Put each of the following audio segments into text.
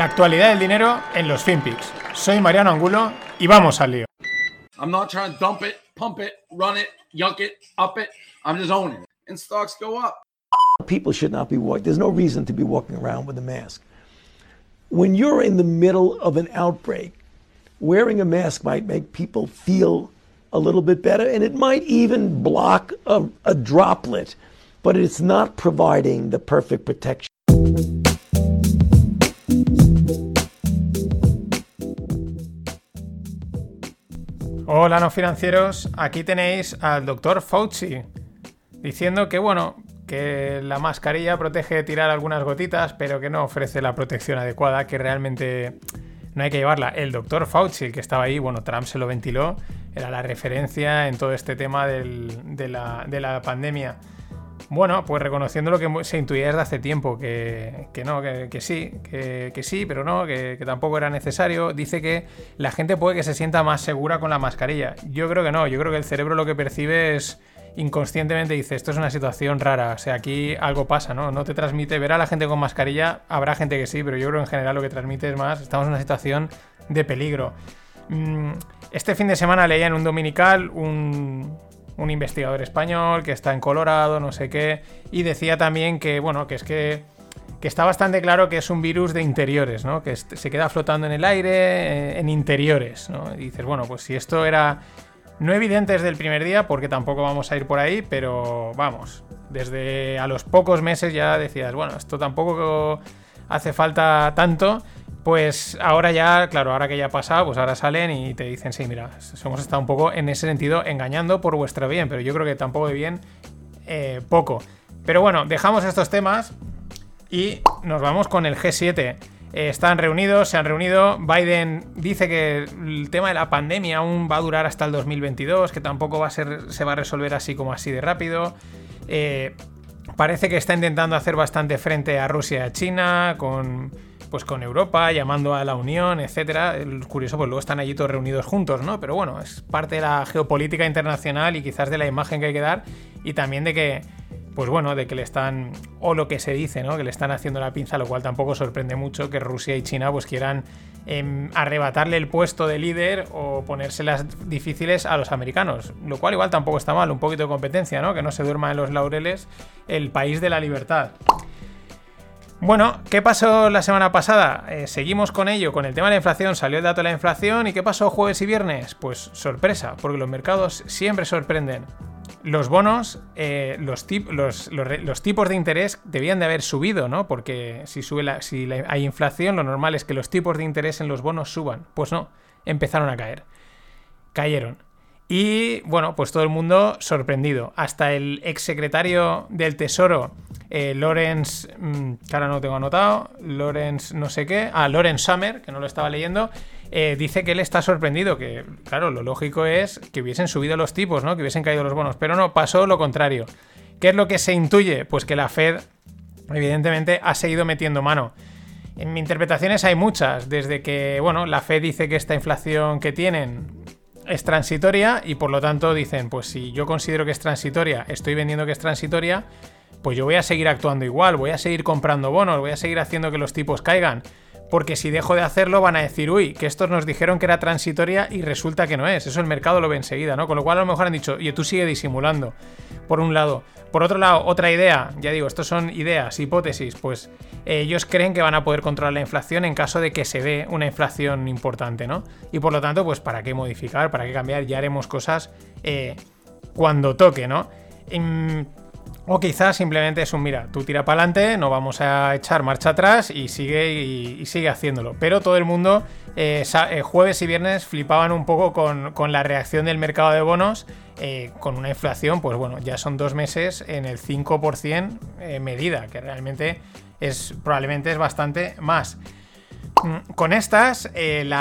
La actualidad del dinero en los FinPix. Soy Mariano Angulo y vamos al lío. I'm not trying to dump it, pump it, run it, yunk it, up it. I'm just owning it. And stocks go up. People should not be walking. There's no reason to be walking around with a mask. When you're in the middle of an outbreak, wearing a mask might make people feel a little bit better, and it might even block a droplet, but it's not providing the perfect protection. Hola, no financieros. Aquí tenéis al Dr. Fauci diciendo que, bueno, que la mascarilla protege de tirar algunas gotitas, pero que no ofrece la protección adecuada, que realmente no hay que llevarla. El Dr. Fauci, el que estaba ahí, bueno, Trump se lo ventiló, era la referencia en todo este tema de la pandemia. Bueno, pues reconociendo lo que se intuía desde hace tiempo, que sí, pero no, que tampoco era necesario. Dice que la gente puede que se sienta más segura con la mascarilla. Yo creo que no, yo creo que el cerebro lo que percibe es inconscientemente, dice, esto es una situación rara, o sea, aquí algo pasa, ¿no? No te transmite, ver a la gente con mascarilla, habrá gente que sí, pero yo creo que en general lo que transmite es más, estamos en una situación de peligro. Este fin de semana leía en un dominical un investigador español que está en Colorado, no sé qué, y decía también que, bueno, que es que está bastante claro que es un virus de interiores, ¿no? Que se queda flotando en el aire, en interiores, ¿no? Y dices, bueno, pues si esto era no evidente desde el primer día, porque tampoco vamos a ir por ahí, pero vamos, desde a los pocos meses ya decías, bueno, esto tampoco hace falta tanto. Pues ahora ya, claro, ahora que ya ha pasado, pues ahora salen y te dicen, sí, mira, hemos estado un poco en ese sentido engañando por vuestro bien, pero yo creo que tampoco de bien, poco. Pero bueno, dejamos estos temas y nos vamos con el G7. Están reunidos, se han reunido. Biden dice que el tema de la pandemia aún va a durar hasta el 2022, que tampoco se va a resolver así como así de rápido. Parece que está intentando hacer bastante frente a Rusia y a China, con Europa, llamando a la Unión, etcétera. Es curioso, pues luego están allí todos reunidos juntos, ¿no? Pero bueno, es parte de la geopolítica internacional y quizás de la imagen que hay que dar, y también de que, pues bueno, de que le están, o lo que se dice, ¿no? Que le están haciendo la pinza, lo cual tampoco sorprende mucho que Rusia y China pues quieran arrebatarle el puesto de líder o ponérselas difíciles a los americanos, lo cual igual tampoco está mal, un poquito de competencia, ¿no? Que no se duerma en los laureles el país de la libertad. Bueno, ¿qué pasó la semana pasada? Seguimos con ello, con el tema de la inflación. Salió el dato de la inflación y ¿qué pasó jueves y viernes? Pues sorpresa, porque los mercados siempre sorprenden. Los bonos, los tipos de interés debían de haber subido, ¿no? Porque si hay inflación, lo normal es que los tipos de interés en los bonos suban. Pues no, empezaron a caer. Cayeron. Y bueno, pues todo el mundo sorprendido. Hasta el exsecretario del Tesoro, Lawrence, que ahora no lo tengo anotado, Lawrence no sé qué, Lawrence Summers, que no lo estaba leyendo, dice que él está sorprendido, que claro, lo lógico es que hubiesen subido los tipos, ¿no? Que hubiesen caído los bonos, pero no, pasó lo contrario. ¿Qué es lo que se intuye? Pues que la Fed, evidentemente, ha seguido metiendo mano. En mis interpretaciones hay muchas, desde que, bueno, la Fed dice que esta inflación que tienen es transitoria y por lo tanto dicen, pues si yo considero que es transitoria, estoy vendiendo que es transitoria, pues yo voy a seguir actuando igual, voy a seguir comprando bonos, voy a seguir haciendo que los tipos caigan, porque si dejo de hacerlo van a decir, uy, que estos nos dijeron que era transitoria y resulta que no es. Eso el mercado lo ve enseguida, ¿no? Con lo cual a lo mejor han dicho, oye, tú sigue disimulando, por un lado. Por otro lado, otra idea, ya digo, estos son ideas, hipótesis, pues ellos creen que van a poder controlar la inflación en caso de que se dé una inflación importante, ¿no? Y por lo tanto, pues ¿para qué modificar? ¿Para qué cambiar? Ya haremos cosas cuando toque, ¿no? O quizás simplemente es un, mira, tú tira para adelante, no vamos a echar marcha atrás y sigue haciéndolo. Pero todo el mundo, jueves y viernes, flipaban un poco con la reacción del mercado de bonos, con una inflación, pues bueno, ya son 2 meses en el 5% medida, que realmente probablemente es bastante más. Con estas,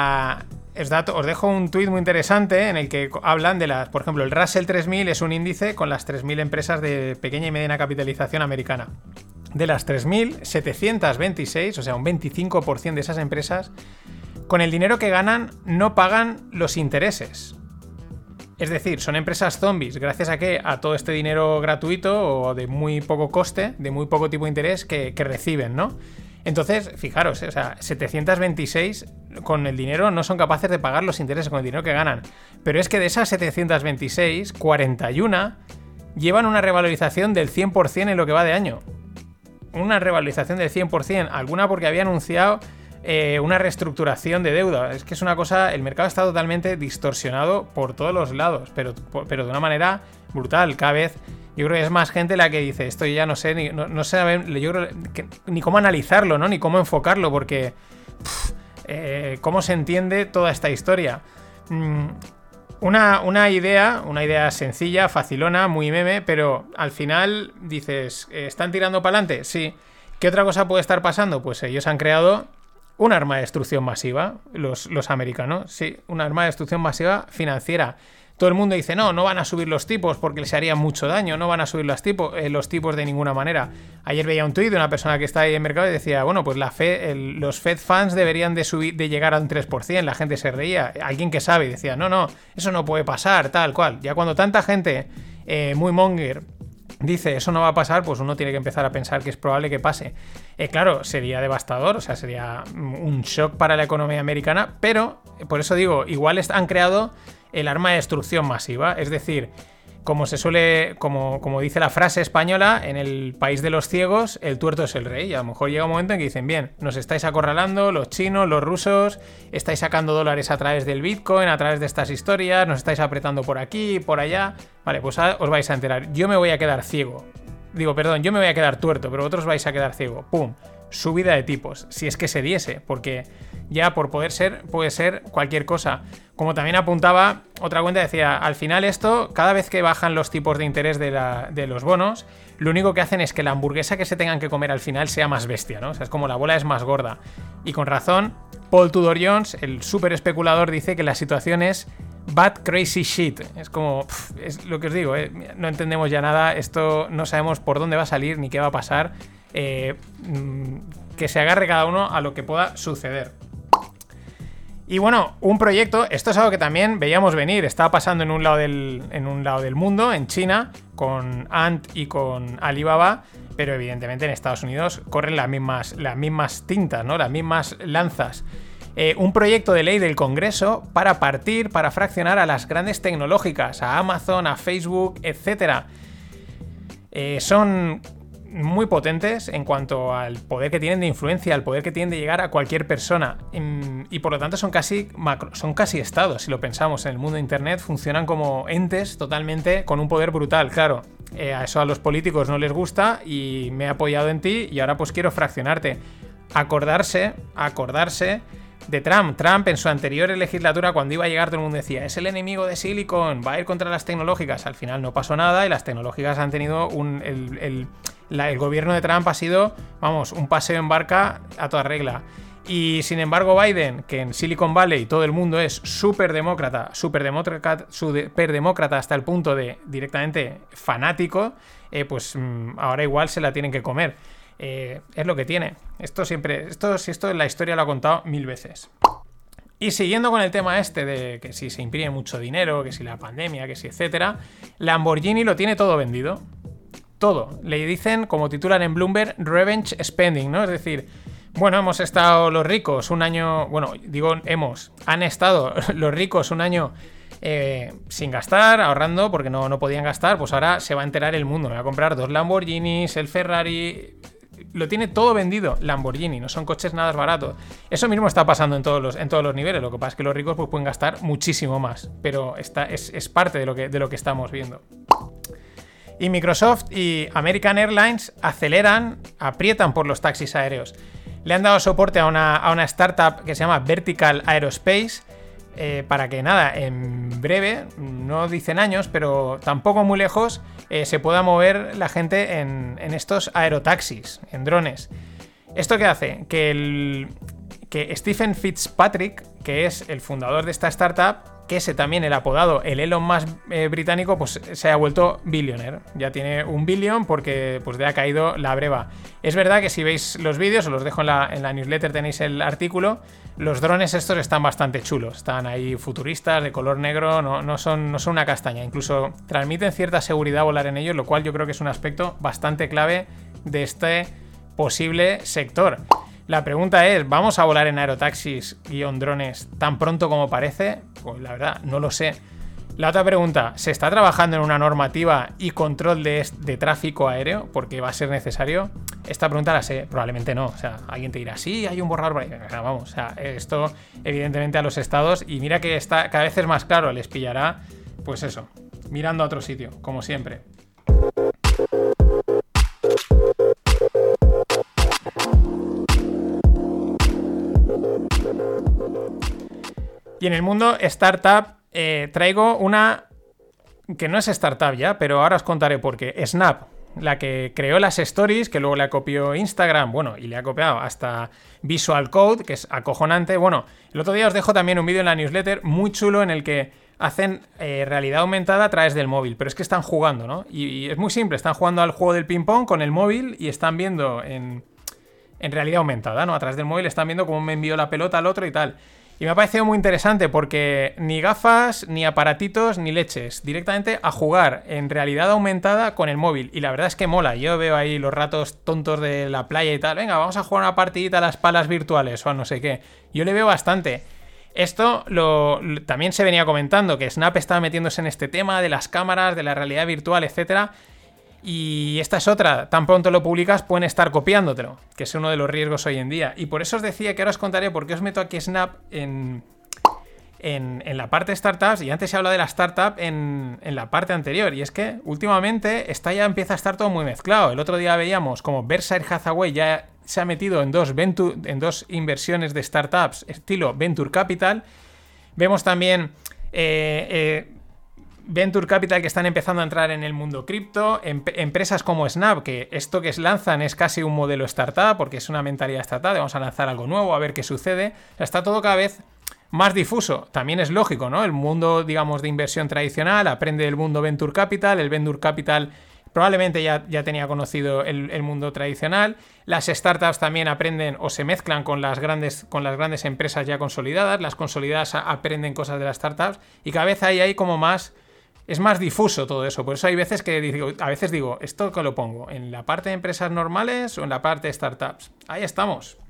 os dejo un tuit muy interesante en el que hablan de por ejemplo, el Russell 3000 es un índice con las 3.000 empresas de pequeña y mediana capitalización americana. De las 3.000, 726, o sea, un 25% de esas empresas, con el dinero que ganan no pagan los intereses. Es decir, son empresas zombies, gracias a todo este dinero gratuito o de muy poco coste, de muy poco tipo de interés que reciben, ¿no? Entonces, fijaros, o sea, 726 con el dinero no son capaces de pagar los intereses con el dinero que ganan. Pero es que de esas 726, 41 llevan una revalorización del 100% en lo que va de año. Una revalorización del 100%, alguna porque había anunciado una reestructuración de deuda. Es que es una cosa, el mercado está totalmente distorsionado por todos los lados, pero de una manera brutal. Cada vez yo creo que es más gente la que dice, esto ya no sé, no sé, yo creo ni cómo analizarlo, ¿no? Ni cómo enfocarlo, porque cómo se entiende toda esta historia. Una idea sencilla, facilona, muy meme, pero al final dices, ¿están tirando para adelante? Sí. ¿Qué otra cosa puede estar pasando? Pues ellos han creado un arma de destrucción masiva, los americanos, sí, un arma de destrucción masiva financiera. Todo el mundo dice, no van a subir los tipos porque les harían mucho daño, no van a subir los tipos de ninguna manera. Ayer veía un tuit de una persona que está ahí en mercado y decía, bueno, pues los Fed funds deberían de llegar a un 3%, la gente se reía, alguien que sabe y decía, no, eso no puede pasar, tal cual. Ya cuando tanta gente muy monger dice eso no va a pasar, pues uno tiene que empezar a pensar que es probable que pase. Claro, sería devastador, o sea, sería un shock para la economía americana, pero por eso digo, igual han creado el arma de destrucción masiva, es decir, como dice la frase española, en el país de los ciegos, el tuerto es el rey, y a lo mejor llega un momento en que dicen, bien, nos estáis acorralando, los chinos, los rusos, estáis sacando dólares a través del Bitcoin, a través de estas historias, nos estáis apretando por aquí y por allá, vale, pues os vais a enterar, yo me voy a quedar ciego, yo me voy a quedar tuerto, pero vosotros vais a quedar ciego, pum, subida de tipos, si es que se diese, porque ya por puede ser cualquier cosa. Como también apuntaba otra cuenta, decía, al final esto, cada vez que bajan los tipos de interés de los bonos, lo único que hacen es que la hamburguesa que se tengan que comer al final sea más bestia, ¿no? O sea, es como la bola es más gorda. Y con razón, Paul Tudor Jones, el súper especulador, dice que la situación es bad crazy shit. Es como, es lo que os digo, no entendemos ya nada, esto no sabemos por dónde va a salir ni qué va a pasar. Que se agarre cada uno a lo que pueda suceder. Y bueno, un proyecto, esto es algo que también veíamos venir, estaba pasando en un lado del mundo, en China, con Ant y con Alibaba, pero evidentemente en Estados Unidos corren las mismas tintas, ¿no? Las mismas lanzas. Un proyecto de ley del Congreso para fraccionar a las grandes tecnológicas, a Amazon, a Facebook, etc. Son muy potentes en cuanto al poder que tienen de influencia, al poder que tienen de llegar a cualquier persona, y por lo tanto son casi estados, si lo pensamos. En el mundo de internet funcionan como entes totalmente con un poder brutal. Claro, a eso a los políticos no les gusta y me he apoyado en ti y ahora pues quiero fraccionarte. Acordarse de Trump. Trump en su anterior legislatura, cuando iba a llegar, todo el mundo decía, es el enemigo de Silicon, va a ir contra las tecnológicas. Al final no pasó nada y las tecnológicas han tenido el gobierno de Trump ha sido, vamos, un paseo en barca a toda regla. Y sin embargo Biden, que en Silicon Valley todo el mundo es súper demócrata hasta el punto de directamente fanático, pues ahora igual se la tienen que comer. Es lo que tiene. Esto la historia lo ha contado 1000 veces. Y siguiendo con el tema de que si se imprime mucho dinero, que si la pandemia, que si etcétera, Lamborghini lo tiene todo vendido. Todo. Le dicen, como titulan en Bloomberg, revenge spending, ¿no? Es decir, bueno, hemos estado los ricos un año, han estado los ricos un año sin gastar, ahorrando, porque no podían gastar, pues ahora se va a enterar el mundo, me va a comprar 2 Lamborghinis, el Ferrari, lo tiene todo vendido Lamborghini, no son coches nada baratos. Eso mismo está pasando en todos los niveles, lo que pasa es que los ricos pues pueden gastar muchísimo más, pero es parte de lo que estamos viendo. Y Microsoft y American Airlines aprietan por los taxis aéreos. Le han dado soporte a una startup que se llama Vertical Aerospace, para que en breve, no dicen años, pero tampoco muy lejos, se pueda mover la gente en estos aerotaxis, en drones. ¿Esto qué hace? Que Stephen Fitzpatrick, que es el fundador de esta startup, que ese también el apodado el Elon Musk británico, pues se ha vuelto billionaire. Ya tiene $1 billón porque pues le ha caído la breva. Es verdad que si veis los vídeos, os los dejo en la newsletter, tenéis el artículo, los drones estos están bastante chulos. Están ahí futuristas, de color negro, no son una castaña. Incluso transmiten cierta seguridad volar en ellos, lo cual yo creo que es un aspecto bastante clave de este posible sector. La pregunta es, ¿vamos a volar en aerotaxis y drones tan pronto como parece? Pues la verdad, no lo sé. La otra pregunta, ¿se está trabajando en una normativa y control de tráfico aéreo? Porque va a ser necesario. Esta pregunta la sé, probablemente no. O sea, alguien te dirá, sí, hay un borrador por ahí. Venga, vamos, o sea, esto evidentemente a los estados, y mira que está cada vez es más claro, les pillará, pues eso, mirando a otro sitio, como siempre. Y en el mundo startup traigo una que no es startup ya, pero ahora os contaré por qué. Snap, la que creó las stories, que luego le copió Instagram, bueno, y le ha copiado hasta Visual Code, que es acojonante. Bueno, el otro día os dejo también un vídeo en la newsletter muy chulo en el que hacen realidad aumentada a través del móvil, pero es que están jugando, ¿no? Y es muy simple, están jugando al juego del ping-pong con el móvil y están viendo en realidad aumentada, ¿no? A través del móvil están viendo cómo me envió la pelota al otro y tal. Y me ha parecido muy interesante porque ni gafas, ni aparatitos, ni leches. Directamente a jugar en realidad aumentada con el móvil. Y la verdad es que mola. Yo veo ahí los ratos tontos de la playa y tal. Venga, vamos a jugar una partidita a las palas virtuales o a no sé qué. Yo le veo bastante. Esto también se venía comentando, que Snap estaba metiéndose en este tema de las cámaras, de la realidad virtual, etcétera. Y esta es otra, tan pronto lo publicas pueden estar copiándotelo, que es uno de los riesgos hoy en día. Y por eso os decía que ahora os contaré por qué os meto aquí Snap en la parte de startups, y antes se habla de la startup en la parte anterior. Y es que últimamente ya empieza a estar todo muy mezclado. El otro día veíamos como Berkshire Hathaway ya se ha metido en dos inversiones de startups estilo Venture Capital. Vemos también Venture Capital que están empezando a entrar en el mundo cripto, empresas como Snap, que esto que lanzan es casi un modelo startup, porque es una mentalidad startup, vamos a lanzar algo nuevo, a ver qué sucede. O sea, está todo cada vez más difuso. También es lógico, ¿no? El mundo, digamos, de inversión tradicional aprende del mundo Venture Capital, el Venture Capital probablemente ya tenía conocido el mundo tradicional. Las startups también aprenden o se mezclan con las grandes empresas ya consolidadas, las consolidadas aprenden cosas de las startups, y cada vez hay como más... Es más difuso todo eso, por eso hay veces que digo, ¿esto que lo pongo? ¿En la parte de empresas normales o en la parte de startups? Ahí estamos.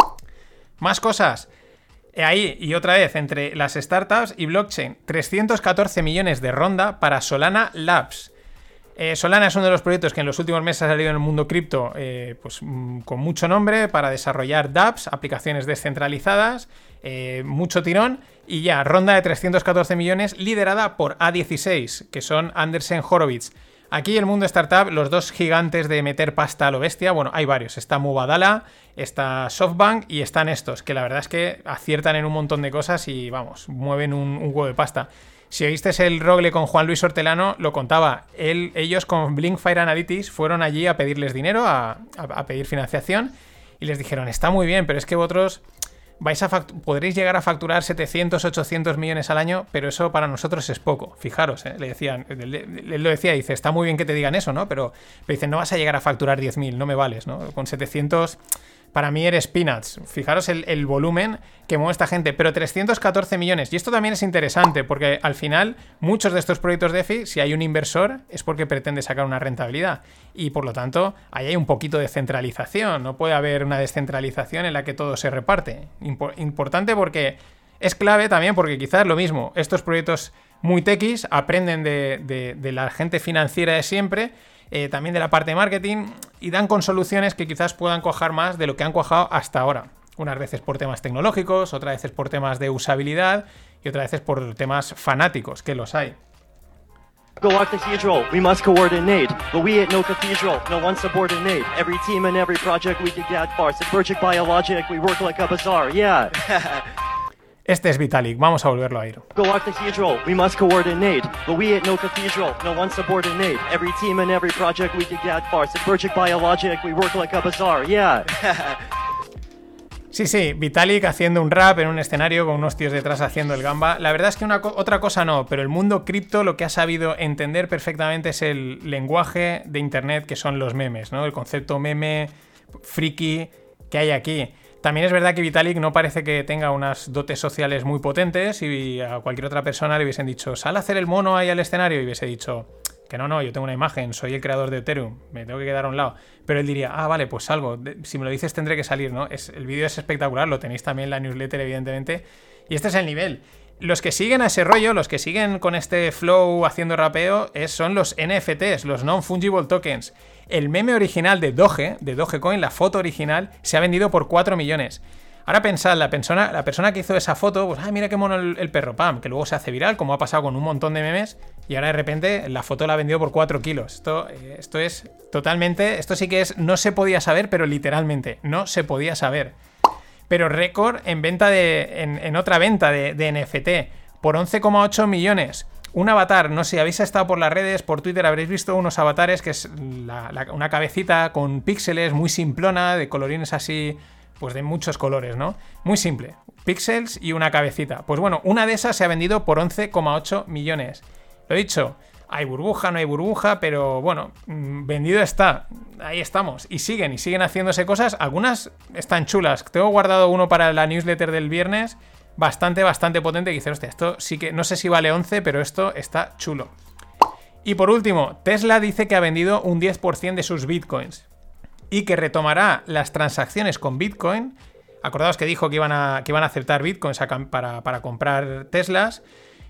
Más cosas. Ahí, y otra vez, entre las startups y blockchain, 314 millones de ronda para Solana Labs. Solana es uno de los proyectos que en los últimos meses ha salido en el mundo cripto con mucho nombre para desarrollar dApps, aplicaciones descentralizadas, mucho tirón, y ya, ronda de 314 millones liderada por A16, que son Andreessen Horowitz. Aquí el mundo startup, los dos gigantes de meter pasta a lo bestia, bueno, hay varios, está Mubadala, está SoftBank y están estos, que la verdad es que aciertan en un montón de cosas y vamos, mueven un huevo de pasta. Si oísteis el rogle con Juan Luis Hortelano, lo contaba. Ellos con Blinkfire Analytics fueron allí a pedirles dinero, a pedir financiación, y les dijeron, está muy bien, pero es que vosotros podréis llegar a facturar 700, 800 millones al año, pero eso para nosotros es poco. Fijaros, le decían, él lo decía, dice, está muy bien que te digan eso, ¿no? Pero dicen, no vas a llegar a facturar 10.000, no me vales, ¿no? Con 700... Para mí eres peanuts. Fijaros el volumen que mueve esta gente. Pero 314 millones. Y esto también es interesante porque al final muchos de estos proyectos DeFi, si hay un inversor, es porque pretende sacar una rentabilidad. Y por lo tanto, ahí hay un poquito de centralización. No puede haber una descentralización en la que todo se reparte. Importante porque es clave también porque quizás lo mismo. Estos proyectos muy techis aprenden de la gente financiera de siempre, también de la parte de marketing, y dan con soluciones que quizás puedan cuajar más de lo que han cuajado hasta ahora. Unas veces por temas tecnológicos, otras veces por temas de usabilidad y otras veces por temas fanáticos, que los hay. Go our cathedral, we must coordinate, but we ain't no cathedral, no one subordinate. Every team and every project we can get far. Subvergic biologic, we work like a bazaar, yeah. Este es Vitalik, vamos a volverlo a ir. Go our cathedral, we must coordinate, but we ain't no cathedral, no one subordinate. Every team and every project we can get far. Subvergic biologic, we work like a bazaar, yeah. Sí, Vitalik haciendo un rap en un escenario con unos tíos detrás haciendo el gamba. La verdad es que otra cosa no, pero el mundo cripto lo que ha sabido entender perfectamente es el lenguaje de internet que son los memes, ¿no? El concepto meme, friki que hay aquí. También es verdad que Vitalik no parece que tenga unas dotes sociales muy potentes y a cualquier otra persona le hubiesen dicho, sal a hacer el mono ahí al escenario, y hubiese dicho, que no, yo tengo una imagen, soy el creador de Ethereum, me tengo que quedar a un lado. Pero él diría, vale, pues salgo, si me lo dices tendré que salir, ¿no? El vídeo es espectacular, lo tenéis también en la newsletter, evidentemente, y este es el nivel. Los que siguen a ese rollo, los que siguen con este flow haciendo rapeo, son los NFTs, los Non-Fungible Tokens. El meme original de Dogecoin, la foto original, se ha vendido por 4 millones. Ahora pensad, la persona que hizo esa foto, pues, mira qué mono el perro, pam, que luego se hace viral, como ha pasado con un montón de memes, y ahora de repente la foto la ha vendido por 4 kilos. Esto es totalmente, esto sí que es, no se podía saber, pero literalmente, no se podía saber. Pero récord en venta en otra venta de NFT, por 11,8 millones. Un avatar, no sé, habéis estado por las redes, por Twitter, habréis visto unos avatares que es una cabecita con píxeles muy simplona, de colorines así, pues de muchos colores, ¿no? Muy simple, píxeles y una cabecita. Pues bueno, una de esas se ha vendido por 11,8 millones. Lo dicho, hay burbuja, no hay burbuja, pero bueno, vendido está. Ahí estamos. Y siguen haciéndose cosas. Algunas están chulas. Tengo guardado uno para la newsletter del viernes, bastante potente, que dice, hostia, esto sí que, no sé si vale 11, pero esto está chulo. Y por último, Tesla dice que ha vendido un 10% de sus bitcoins y que retomará las transacciones con Bitcoin. Acordaos que dijo que iban a aceptar bitcoins para comprar Teslas.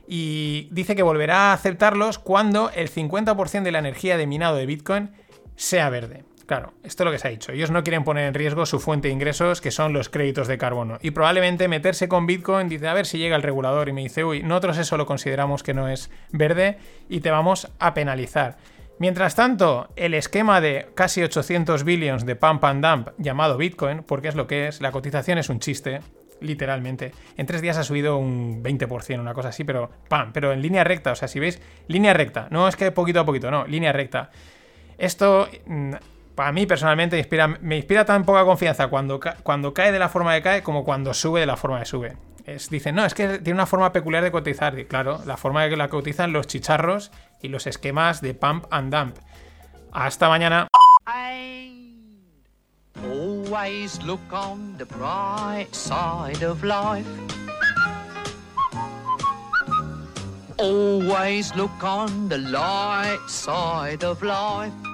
Y dice que volverá a aceptarlos cuando el 50% de la energía de minado de Bitcoin sea verde. Claro, esto es lo que se ha dicho. Ellos no quieren poner en riesgo su fuente de ingresos, que son los créditos de carbono. Y probablemente meterse con Bitcoin, dice, a ver si llega el regulador y me dice, uy, nosotros eso lo consideramos que no es verde y te vamos a penalizar. Mientras tanto, el esquema de casi 800 billions de pump and dump llamado Bitcoin, porque es lo que es, la cotización es un chiste, literalmente. En 3 días ha subido un 20%, una cosa así, pero pero en línea recta. O sea, si veis, línea recta. No es que poquito a poquito, no, línea recta. Esto, para mí personalmente, me inspira tan poca confianza cuando cae de la forma que cae como cuando sube de la forma que sube. Dicen, no, es que tiene una forma peculiar de cotizar. Y claro, la forma que la cotizan los chicharros y los esquemas de pump and dump. Hasta mañana. Always look on the bright side of life. Always look on the light side of life.